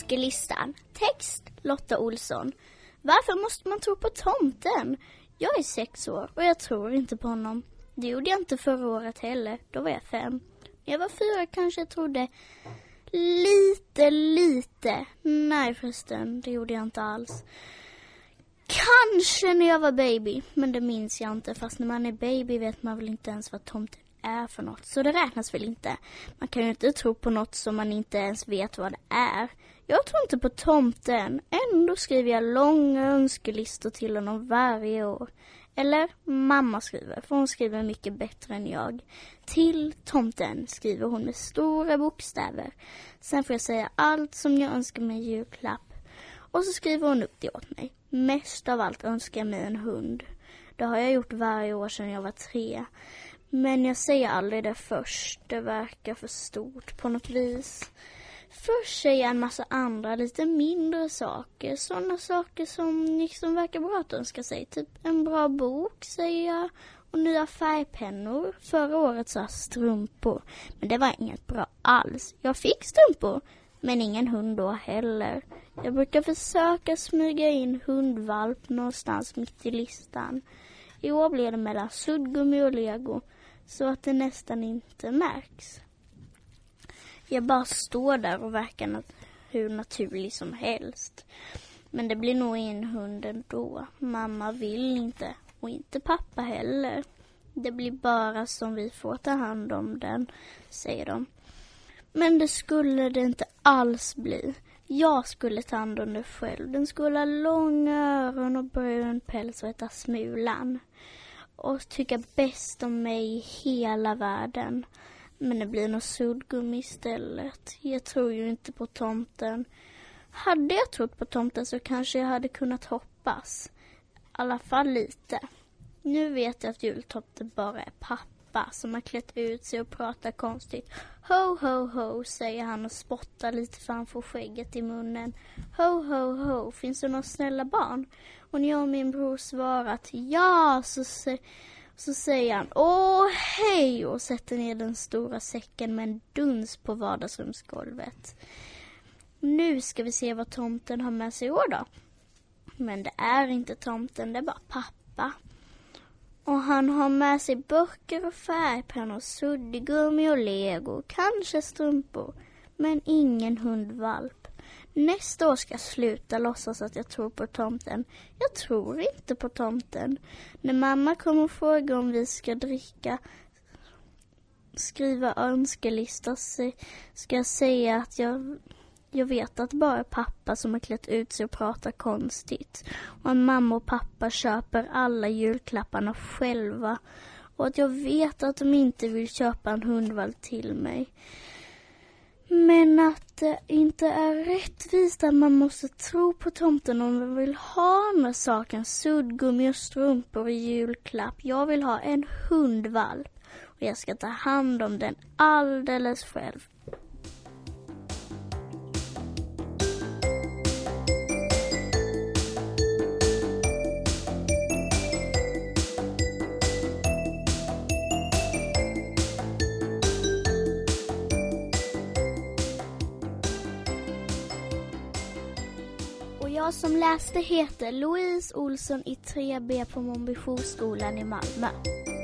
önskelistan. Text Lotta Olsson. Varför måste man tro på tomten? Jag är 6 år och jag tror inte på honom. Det gjorde jag inte förra året heller. Då var jag 5. När jag var 4 kanske jag trodde lite. Nej förresten, det gjorde jag inte alls. Kanske när jag var baby, men det minns jag inte. Fast när man är baby vet man väl inte ens vad tomten är för något. Så det räknas väl inte. Man kan ju inte tro på något som man inte ens vet vad det är. Jag tror inte på tomten. Ändå skriver jag långa önskelistor till honom varje år. Eller mamma skriver, för hon skriver mycket bättre än jag. Till tomten skriver hon med stora bokstäver. Sen får jag säga allt som jag önskar mig i julklapp. Och så skriver hon upp det åt mig. Mest av allt önskar jag mig en hund. Det har jag gjort varje år sedan jag var 3. Men jag säger aldrig det först. Det verkar för stort på något vis. Först säger jag en massa andra lite mindre saker. Sådana saker som liksom verkar bra att önska sig. Typ en bra bok säger jag. Och nya färgpennor. Förra året sa jag strumpor. Men det var inget bra alls. Jag fick strumpor. Men ingen hund då heller. Jag brukar försöka smyga in hundvalp någonstans mitt i listan. I år blir det mellan suddgummi och lego. Så att det nästan inte märks. Jag bara står där och verkar hur naturlig som helst. Men det blir nog en hund ändå. Mamma vill inte. Och inte pappa heller. Det blir bara som vi får ta hand om den, säger de. Men det skulle det inte alls bli. Jag skulle ta hand om det själv. Den skulle ha långa öron och brun päls och heta Smulan. Och tycka bäst om mig i hela världen. Men det blir nog suddgummi istället. Jag tror ju inte på tomten. Hade jag trott på tomten så kanske jag hade kunnat hoppas. I alla fall lite. Nu vet jag att jultomten bara är pappa som har klätt ut sig och pratar konstigt. Ho, ho, ho, säger han och spottar lite framför skägget i munnen. Ho, ho, ho, finns det några snälla barn? Och när jag och min bror svarat ja, så säger han åh hej och sätter ner den stora säcken med en duns på vardagsrumsgolvet. Nu ska vi se vad tomten har med sig i år då. Men det är inte tomten, det är bara pappa. Och han har med sig böcker och färgpennor, suddgummi och lego, kanske strumpor. Men ingen hundvalp. Nästa år ska jag sluta låtsas att jag tror på tomten. Jag tror inte på tomten. När mamma kommer och frågar om vi ska skriva önskelistor, ska jag säga att jag vet att bara pappa som har klätt ut sig och pratar konstigt. Och att mamma och pappa köper alla julklapparna själva. Och att jag vet att de inte vill köpa en hundvalp till mig. Men att det inte är rättvist att man måste tro på tomten om man vill ha andra saker. Suddgummi och strumpor i julklapp. Jag vill ha en hundvalp. Och jag ska ta hand om den alldeles själv. Jag som läste heter Louise Olsson i 3B på Månbyskolan i Malmö.